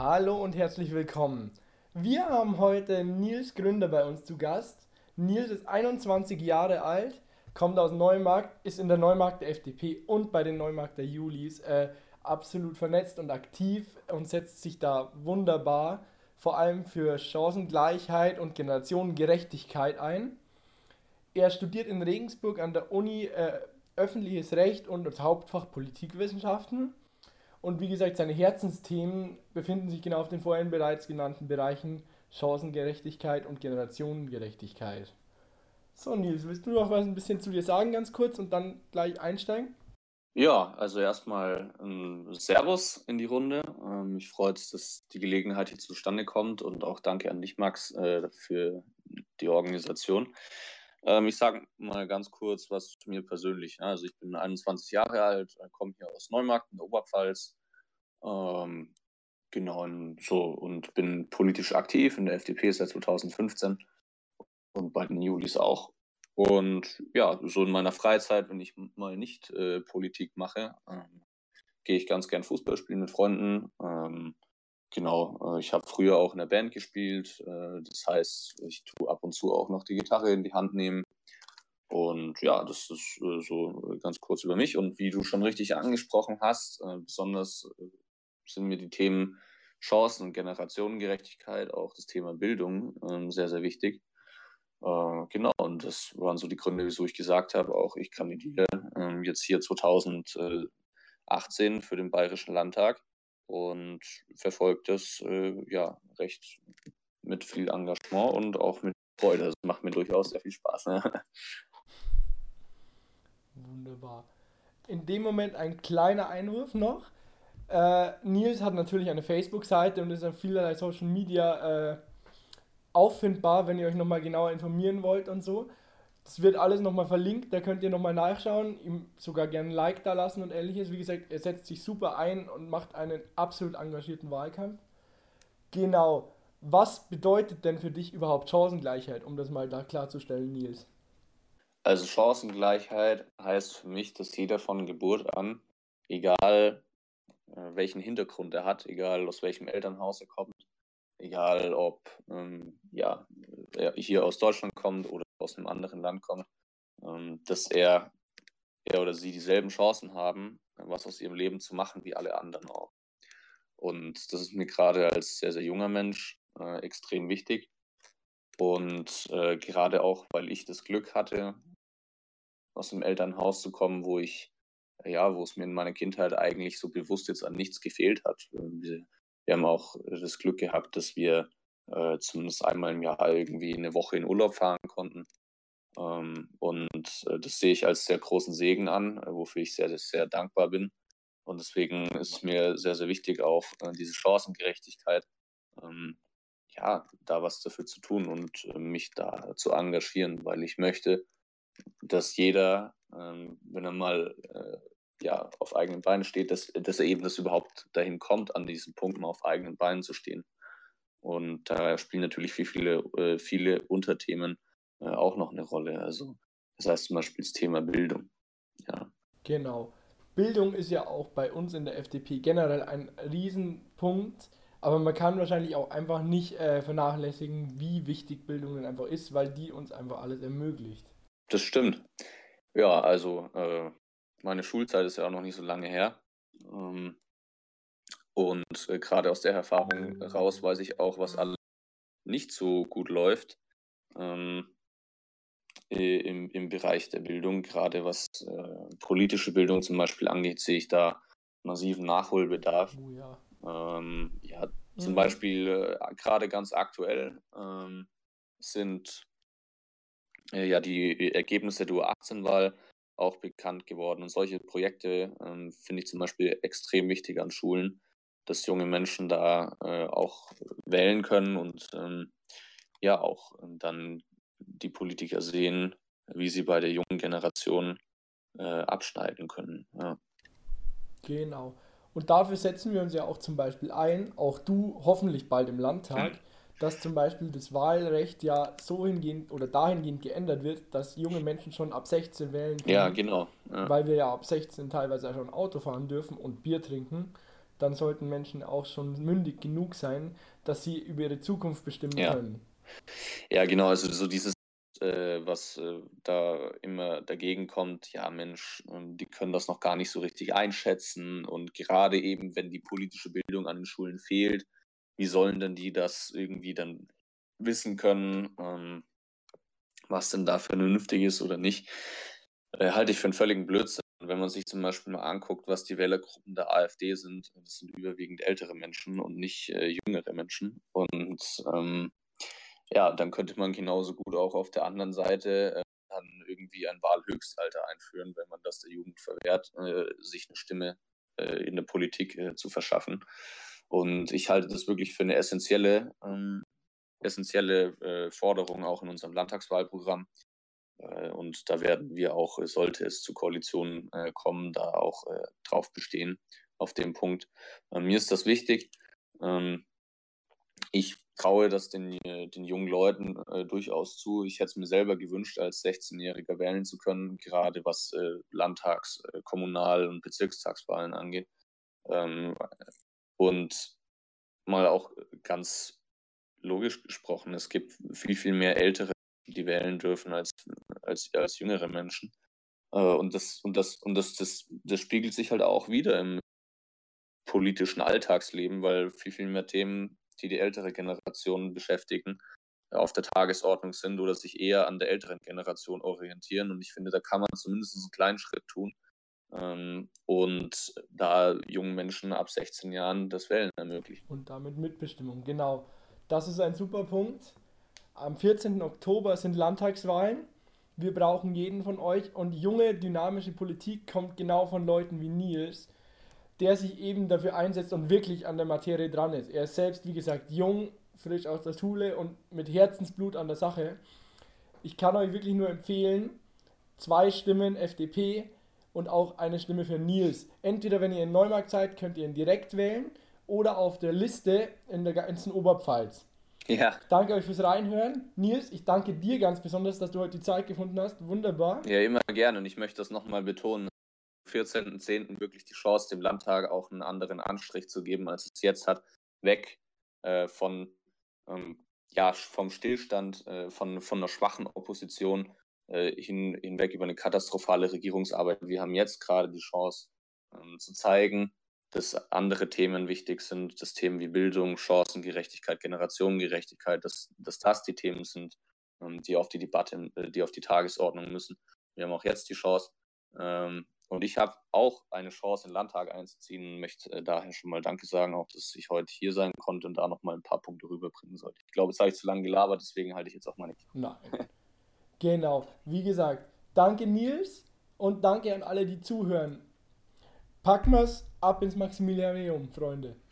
Hallo und herzlich willkommen. Wir haben heute Nils Gründer bei uns zu Gast. Nils ist 21 Jahre alt, kommt aus Neumarkt, ist in der Neumarkt der FDP und bei den Neumarkt der Julis absolut vernetzt und aktiv und setzt sich da wunderbar vor allem für Chancengleichheit und Generationengerechtigkeit ein. Er studiert in Regensburg an der Uni öffentliches Recht und als Hauptfach Politikwissenschaften. Und wie gesagt, seine Herzensthemen befinden sich genau auf den vorhin bereits genannten Bereichen Chancengerechtigkeit und Generationengerechtigkeit. So, Nils, willst du noch was ein bisschen zu dir sagen, ganz kurz, und dann gleich einsteigen? Ja, also erstmal Servus in die Runde. Mich freut es, dass die Gelegenheit hier zustande kommt und auch danke an dich, Max, für die Organisation. Ich sage mal ganz kurz was zu mir persönlich. Also ich bin 21 Jahre alt, komme hier aus Neumarkt in der Oberpfalz. Ähm, genau, und bin politisch aktiv in der FDP seit 2015 und bei den Julis auch. Und ja, so in meiner Freizeit, wenn ich mal nicht Politik mache, gehe ich ganz gern Fußball spielen mit Freunden. Genau, ich habe früher auch in der Band gespielt. Das heißt, ich tue ab und zu auch noch die Gitarre in die Hand nehmen. Und ja, das ist so ganz kurz über mich. Und wie du schon richtig angesprochen hast, besonders sind mir die Themen Chancen und Generationengerechtigkeit, auch das Thema Bildung, sehr, sehr wichtig. Genau, und das waren so die Gründe, wieso ich gesagt habe, auch ich kandidiere jetzt hier 2018 für den Bayerischen Landtag und verfolge das ja recht mit viel Engagement und auch mit Freude. Das macht mir durchaus sehr viel Spaß. Ne? Wunderbar. In dem Moment ein kleiner Einwurf noch. Nils hat natürlich eine Facebook-Seite und ist auf vielerlei Social Media auffindbar, wenn ihr euch nochmal genauer informieren wollt und so. Das wird alles nochmal verlinkt, da könnt ihr nochmal nachschauen, ihm sogar gerne ein Like da lassen und ähnliches. Wie gesagt, er setzt sich super ein und macht einen absolut engagierten Wahlkampf. Genau. Was bedeutet denn für dich überhaupt Chancengleichheit, um das mal da klarzustellen, Nils? Also Chancengleichheit heißt für mich, dass jeder von Geburt an, egal welchen Hintergrund er hat, egal aus welchem Elternhaus er kommt, egal ob ja, er hier aus Deutschland kommt oder aus einem anderen Land kommt, dass er oder sie dieselben Chancen haben, was aus ihrem Leben zu machen wie alle anderen auch. Und das ist mir gerade als sehr, sehr junger Mensch extrem wichtig. Und gerade auch, weil ich das Glück hatte, aus einem Elternhaus zu kommen, ja, wo es mir in meiner Kindheit eigentlich so bewusst jetzt an nichts gefehlt hat. Wir haben auch das Glück gehabt, dass wir zumindest einmal im Jahr irgendwie eine Woche in Urlaub fahren konnten. Und das sehe ich als sehr großen Segen an, wofür ich sehr, sehr, sehr dankbar bin. Und deswegen ist es mir sehr, sehr wichtig, auch diese Chancengerechtigkeit, ähm, ja, da was dafür zu tun und mich da zu engagieren, weil ich möchte, dass jeder, wenn er mal ja, auf eigenen Beinen steht, dass er eben das überhaupt dahin kommt, an diesen Punkt mal auf eigenen Beinen zu stehen. Und da spielen natürlich viele Unterthemen auch noch eine Rolle. Also das heißt zum Beispiel das Thema Bildung. Ja, Genau. Bildung ist ja auch bei uns in der FDP generell ein Riesenpunkt, aber man kann wahrscheinlich auch einfach nicht vernachlässigen, wie wichtig Bildung denn einfach ist, weil die uns einfach alles ermöglicht. das stimmt. Ja, also meine Schulzeit ist ja auch noch nicht so lange her. Und gerade aus der Erfahrung raus weiß ich auch, was alles nicht so gut läuft. Ähm, im Bereich der Bildung, gerade was politische Bildung zum Beispiel angeht, sehe ich da massiven Nachholbedarf. Oh ja. Ja, zum Mhm. Beispiel gerade ganz aktuell sind ja die Ergebnisse der U18-Wahl auch bekannt geworden. Und solche Projekte finde ich zum Beispiel extrem wichtig an Schulen, dass junge Menschen da auch wählen können und ja auch dann die Politiker sehen, wie sie bei der jungen Generation abschneiden können. Ja. Genau. Und dafür setzen wir uns ja auch zum Beispiel ein, auch du hoffentlich bald im Landtag, dass zum Beispiel das Wahlrecht ja so hingehend oder dahingehend geändert wird, dass junge Menschen schon ab 16 wählen Ja, können, genau. Ja. weil wir ja ab 16 teilweise auch schon Auto fahren dürfen und Bier trinken. dann sollten Menschen auch schon mündig genug sein, dass sie über ihre Zukunft bestimmen Ja. können. Ja, genau, also so dieses, was da immer dagegen kommt, ja Mensch, die können das noch gar nicht so richtig einschätzen und gerade eben, wenn die politische Bildung an den Schulen fehlt, wie sollen denn die das irgendwie dann wissen können, was denn da vernünftig ist oder nicht, halte ich für einen völligen Blödsinn. Wenn man sich zum Beispiel mal anguckt, was die Wählergruppen der AfD sind, das sind überwiegend ältere Menschen und nicht jüngere Menschen. Und ja, dann könnte man genauso gut auch auf der anderen Seite dann irgendwie ein Wahlhöchstalter einführen, wenn man das der Jugend verwehrt, sich eine Stimme in der Politik zu verschaffen. Und ich halte das wirklich für eine essentielle Forderung auch in unserem Landtagswahlprogramm. Und da werden wir auch, sollte es zu Koalitionen kommen, da auch drauf bestehen auf dem Punkt. Mir ist das wichtig. Ich traue das den jungen Leuten durchaus zu. Ich hätte es mir selber gewünscht, als 16-Jähriger wählen zu können, gerade was Landtags-, Kommunal- und Bezirkstagswahlen angeht. Und mal auch ganz logisch gesprochen, es gibt viel, viel mehr Ältere, die wählen dürfen als jüngere Menschen. Und das spiegelt sich halt auch wieder im politischen Alltagsleben, weil viel, viel mehr Themen, die die ältere Generation beschäftigen, auf der Tagesordnung sind oder sich eher an der älteren Generation orientieren. Und ich finde, da kann man zumindest einen kleinen Schritt tun und da jungen Menschen ab 16 Jahren das Wählen ermöglichen. Und damit Mitbestimmung, genau. Das ist ein super Punkt. Am 14. Oktober sind Landtagswahlen. Wir brauchen jeden von euch und junge, dynamische Politik kommt genau von Leuten wie Nils, der sich eben dafür einsetzt und wirklich an der Materie dran ist. Er ist selbst, wie gesagt, jung, frisch aus der Schule und mit Herzensblut an der Sache. Ich kann euch wirklich nur empfehlen, 2 Stimmen FDP und auch eine Stimme für Nils. Entweder wenn ihr in Neumarkt seid, könnt ihr ihn direkt wählen oder auf der Liste in der ganzen Oberpfalz. Ja. Ich danke euch fürs Reinhören. Nils, ich danke dir ganz besonders, dass du heute die Zeit gefunden hast. Wunderbar. Ja, immer gerne. Und ich möchte das nochmal betonen. Am 14.10. wirklich die Chance, dem Landtag auch einen anderen Anstrich zu geben, als es jetzt hat. Weg von vom Stillstand, von einer schwachen Opposition hinweg über eine katastrophale Regierungsarbeit. Wir haben jetzt gerade die Chance zu zeigen, dass andere Themen wichtig sind, dass Themen wie Bildung, Chancengerechtigkeit, Generationengerechtigkeit, dass das die Themen sind, die auf die Debatte, die auf die Tagesordnung müssen. Wir haben auch jetzt die Chance. Und ich habe auch eine Chance, in den Landtag einzuziehen und möchte daher schon mal Danke sagen, auch dass ich heute hier sein konnte und da noch mal ein paar Punkte rüberbringen sollte. Ich glaube, jetzt habe ich zu lange gelabert, deswegen halte ich jetzt auch mal nicht. Nein. Genau. Wie gesagt, danke Nils und danke an alle, die zuhören. Packen wir's ab ins Maximilianeum, Freunde.